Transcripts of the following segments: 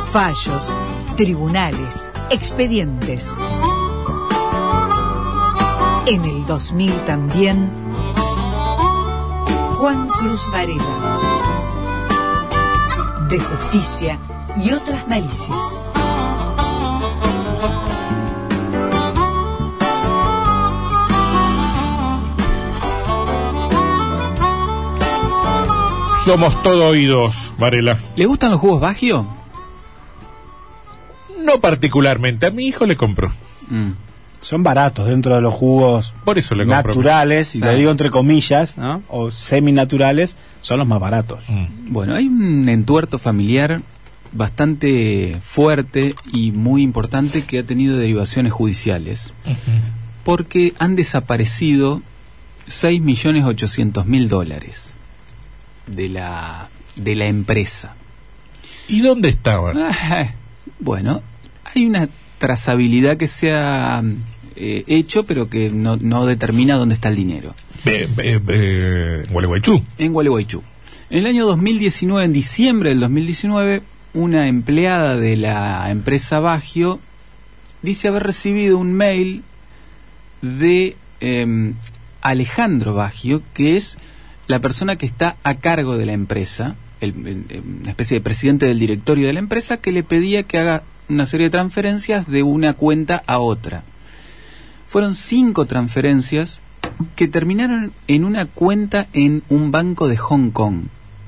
fallos, tribunales, expedientes. En el 2000 también, Juan Cruz Varela. De justicia y otras malicias. Somos todo oídos, Varela. ¿Le gustan los jugos Baggio? No particularmente, a mi hijo le compro. Son baratos dentro de los jugos Por eso le compro. naturales, y lo digo entre comillas, ¿no? O seminaturales, son los más baratos. Bueno, hay un entuerto familiar bastante fuerte y muy importante que ha tenido derivaciones judiciales, porque han desaparecido $6.800.000 de la empresa. ¿Y dónde estaban? Bueno, hay una trazabilidad que se ha hecho, pero que no determina dónde está el dinero. En Gualeguaychú. En Gualeguaychú. En el año 2019, en diciembre del 2019, una empleada de la empresa Baggio dice haber recibido un mail de Alejandro Baggio, que es la persona que está a cargo de la empresa, una especie de presidente del directorio de la empresa, que le pedía que haga una serie de transferencias de una cuenta a otra. Fueron 5 transferencias que terminaron en una cuenta en un banco de Hong Kong.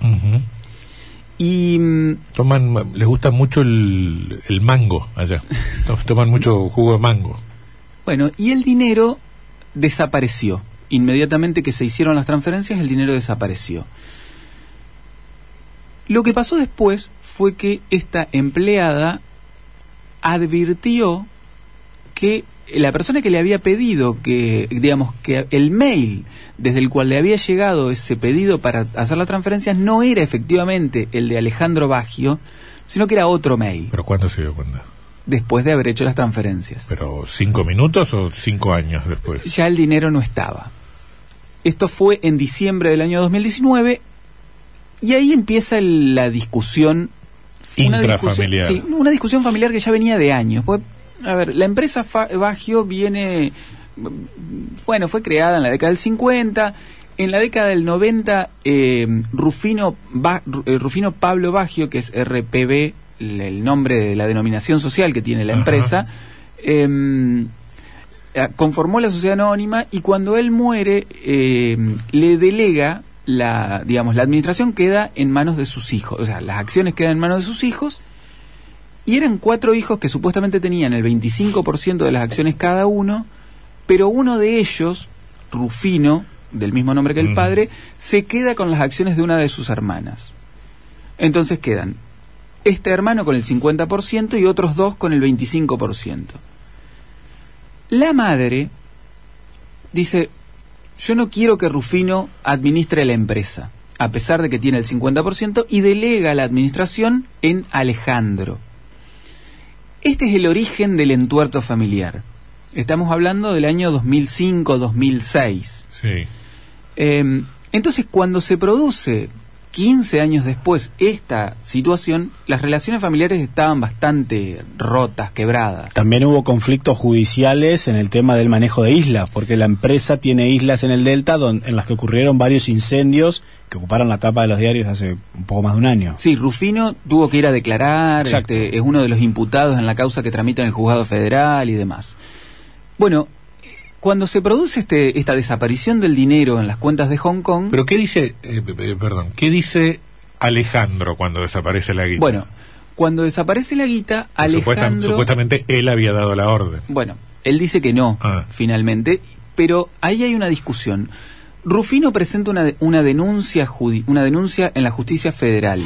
Y les gusta mucho el mango allá. Toman mucho jugo de mango. Bueno, y el dinero desapareció. Inmediatamente que se hicieron las transferencias, el dinero desapareció. Lo que pasó después fue que esta empleada advirtió que la persona que le había pedido que el mail desde el cual le había llegado ese pedido para hacer las transferencias no era efectivamente el de Alejandro Baggio, sino que era otro mail. ¿Pero cuándo se dio cuenta? Después de haber hecho las transferencias. ¿Pero 5 minutos o 5 años después? Ya el dinero no estaba. Esto fue en diciembre del año 2019 y ahí empieza la discusión intrafamiliar. Una discusión familiar que ya venía de años. Pues, a ver, la empresa Baggio fue creada en la década del 50. En la década del 90, Rufino Pablo Baggio, que es RPB, el nombre de la denominación social que tiene la empresa, conformó la sociedad anónima, y cuando él muere le delega la administración, queda en manos de sus hijos, o sea, las acciones quedan en manos de sus hijos, y eran 4 hijos que supuestamente tenían el 25% de las acciones cada uno, pero uno de ellos, Rufino, del mismo nombre que el padre, se queda con las acciones de una de sus hermanas. Entonces quedan este hermano con el 50% y otros 2 con el 25%. La madre dice: yo no quiero que Rufino administre la empresa, a pesar de que tiene el 50%, y delega la administración en Alejandro. Este es el origen del entuerto familiar. Estamos hablando del año 2005-2006. Sí. Entonces, cuando se produce 15 años después esta situación, las relaciones familiares estaban bastante rotas, quebradas. También hubo conflictos judiciales en el tema del manejo de islas, porque la empresa tiene islas en el delta en las que ocurrieron varios incendios que ocuparon la tapa de los diarios hace un poco más de un año. Sí, Rufino tuvo que ir a declarar, es uno de los imputados en la causa que tramita en el juzgado federal y demás. Bueno, cuando se produce esta desaparición del dinero en las cuentas de Hong Kong... ¿Pero qué dice, qué dice Alejandro cuando desaparece la guita? Bueno, cuando desaparece la guita, Alejandro... Supuestamente él había dado la orden. Bueno, él dice que no, finalmente, pero ahí hay una discusión. Rufino presenta una denuncia en la justicia federal.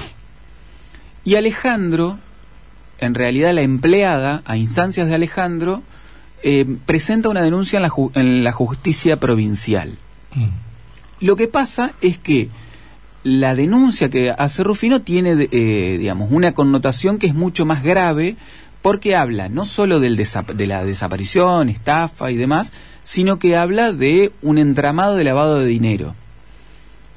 Y Alejandro, en realidad la empleada, a instancias de Alejandro... presenta una denuncia en la justicia provincial. Lo que pasa es que la denuncia que hace Rufino tiene, una connotación que es mucho más grave, porque habla no solo de la desaparición, estafa y demás, sino que habla de un entramado de lavado de dinero.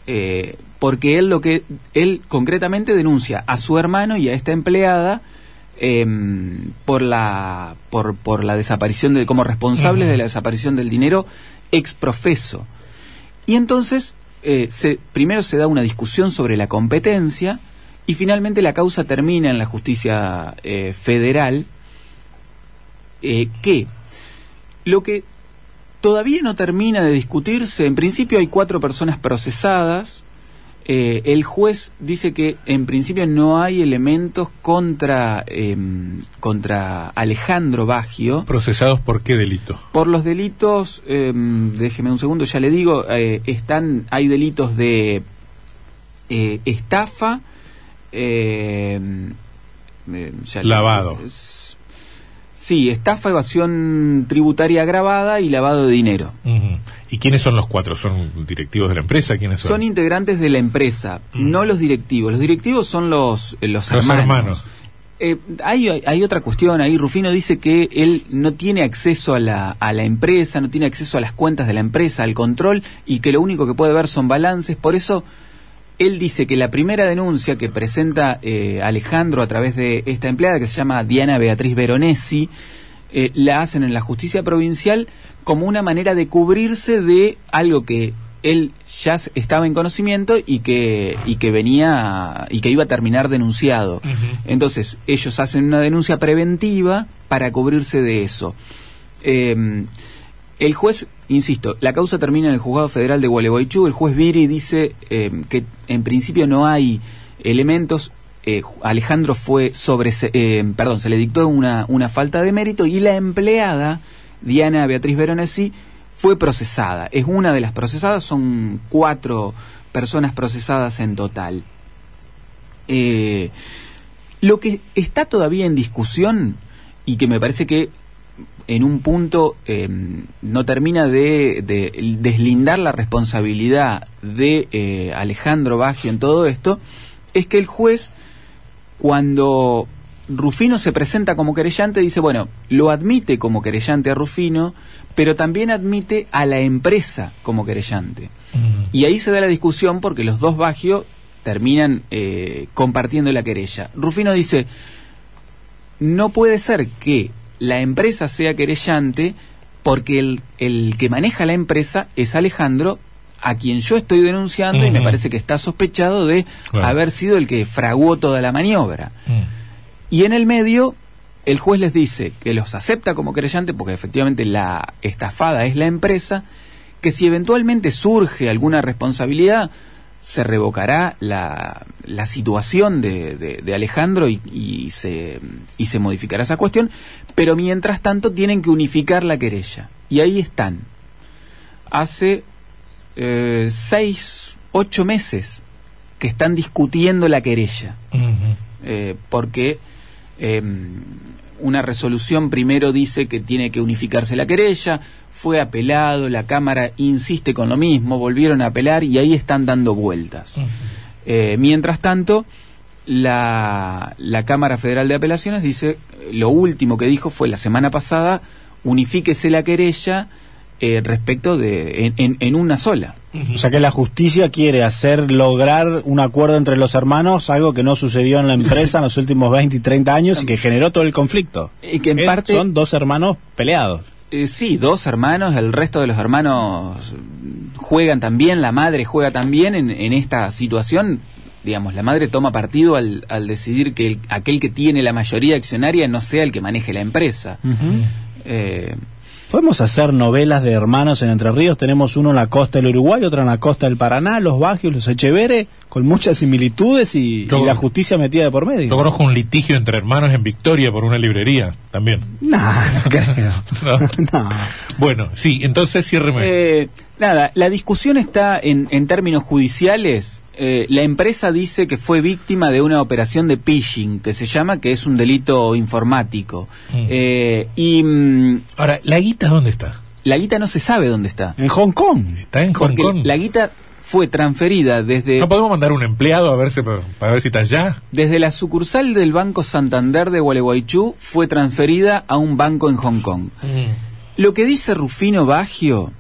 Porque él concretamente denuncia a su hermano y a esta empleada por la desaparición como responsables de la desaparición del dinero ex profeso. Y entonces primero se da una discusión sobre la competencia y finalmente la causa termina en la justicia federal, que lo que todavía no termina de discutirse, en principio hay 4 personas procesadas. El juez dice que en principio no hay elementos contra Alejandro Baggio. ¿Procesados por qué delito? Por los delitos, déjeme un segundo, ya le digo, hay delitos de estafa, lavado. Sí, estafa, evasión tributaria agravada y lavado de dinero. Uh-huh. ¿Y quiénes son los 4? ¿Son directivos de la empresa? ¿Quiénes son? Son integrantes de la empresa, no los directivos. Los directivos son los hermanos. Hay otra cuestión ahí. Rufino dice que él no tiene acceso a la empresa, no tiene acceso a las cuentas de la empresa, al control, y que lo único que puede ver son balances. Por eso él dice que la primera denuncia que presenta Alejandro a través de esta empleada, que se llama Diana Beatriz Veronesi, la hacen en la justicia provincial como una manera de cubrirse de algo que él ya estaba en conocimiento y que venía y que iba a terminar denunciado. Uh-huh. Entonces ellos hacen una denuncia preventiva para cubrirse de eso. El juez, insisto, la causa termina en el Juzgado Federal de Gualeguaychú. El juez Viri dice que en principio no hay elementos. Alejandro se le dictó una falta de mérito, y la empleada Diana Beatriz Veronesi fue procesada. Es una de las procesadas, son 4 personas procesadas en total. Lo que está todavía en discusión, y que me parece que en un punto no termina de deslindar la responsabilidad de Alejandro Baggio en todo esto, es que el juez, cuando Rufino se presenta como querellante, dice, bueno, lo admite como querellante a Rufino, pero también admite a la empresa como querellante. Y ahí se da la discusión porque los dos Baggio terminan compartiendo la querella. Rufino dice, no puede ser que la empresa sea querellante porque el que maneja la empresa es Alejandro, a quien yo estoy denunciando, y me parece que está sospechado de haber sido el que fraguó toda la maniobra. Y en el medio, el juez les dice que los acepta como querellante porque efectivamente la estafada es la empresa, que si eventualmente surge alguna responsabilidad, se revocará la situación de Alejandro y se modificará esa cuestión, pero mientras tanto tienen que unificar la querella. Y ahí están. Hace 6-8 meses que están discutiendo la querella, porque una resolución primero dice que tiene que unificarse la querella, fue apelado, la Cámara insiste con lo mismo, volvieron a apelar y ahí están dando vueltas. Mientras tanto, la Cámara Federal de Apelaciones dice, lo último que dijo fue la semana pasada, unifíquese la querella respecto de en una sola. O sea que la justicia quiere lograr un acuerdo entre los hermanos, algo que no sucedió en la empresa en los últimos 20 y 30 años y que generó todo el conflicto. Y que en parte son 2 hermanos peleados. Sí, 2 hermanos, el resto de los hermanos juegan también, la madre juega también en esta situación. Digamos, la madre toma partido al decidir que aquel que tiene la mayoría accionaria no sea el que maneje la empresa. Podemos hacer novelas de hermanos en Entre Ríos. Tenemos uno en la costa del Uruguay, otro en la costa del Paraná, los Baggio, los Echeverre, con muchas similitudes y la justicia metida de por medio. Yo conozco un litigio entre hermanos en Victoria por una librería también. No creo. No. Bueno, sí, entonces ciérreme. Nada, la discusión está en términos judiciales. La empresa dice que fue víctima de una operación de phishing, que se llama, que es un delito informático. Ahora, ¿la guita dónde está? La guita no se sabe dónde está. En Hong Kong. Está en Hong Kong. La guita fue transferida desde... ¿No podemos mandar un empleado para ver si está allá? Desde la sucursal del Banco Santander de Gualeguaychú fue transferida a un banco en Hong Kong. Lo que dice Rufino Baggio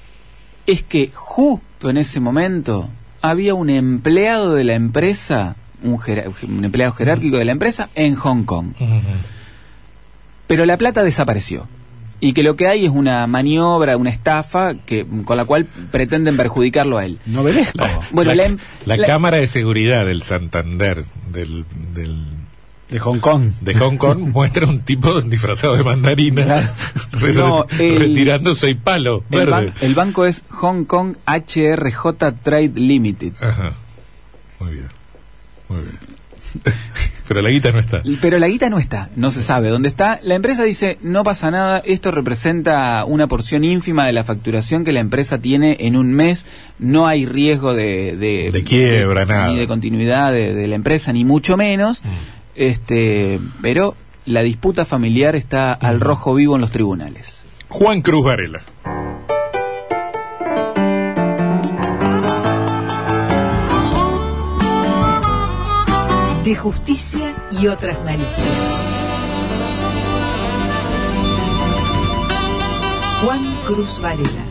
es que justo en ese momento había un empleado de la empresa un empleado jerárquico de la empresa en Hong Kong. Pero la plata desapareció. Y que lo que hay es una maniobra, una estafa con la cual pretenden perjudicarlo a él. Novelesco. Bueno, la cámara de seguridad del Santander, de Hong Kong. De Hong Kong muestra un tipo disfrazado de mandarina retirando 6 palos verdes. El banco es Hong Kong HRJ Trade Limited. Ajá. Muy bien. Pero la guita no está. No se sabe dónde está. La empresa dice, no pasa nada, esto representa una porción ínfima de la facturación que la empresa tiene en un mes, no hay riesgo de quiebra, nada. Ni de continuidad de la empresa, ni mucho menos. Pero la disputa familiar está al rojo vivo en los tribunales. Juan Cruz Varela. De justicia y otras malicias. Juan Cruz Varela.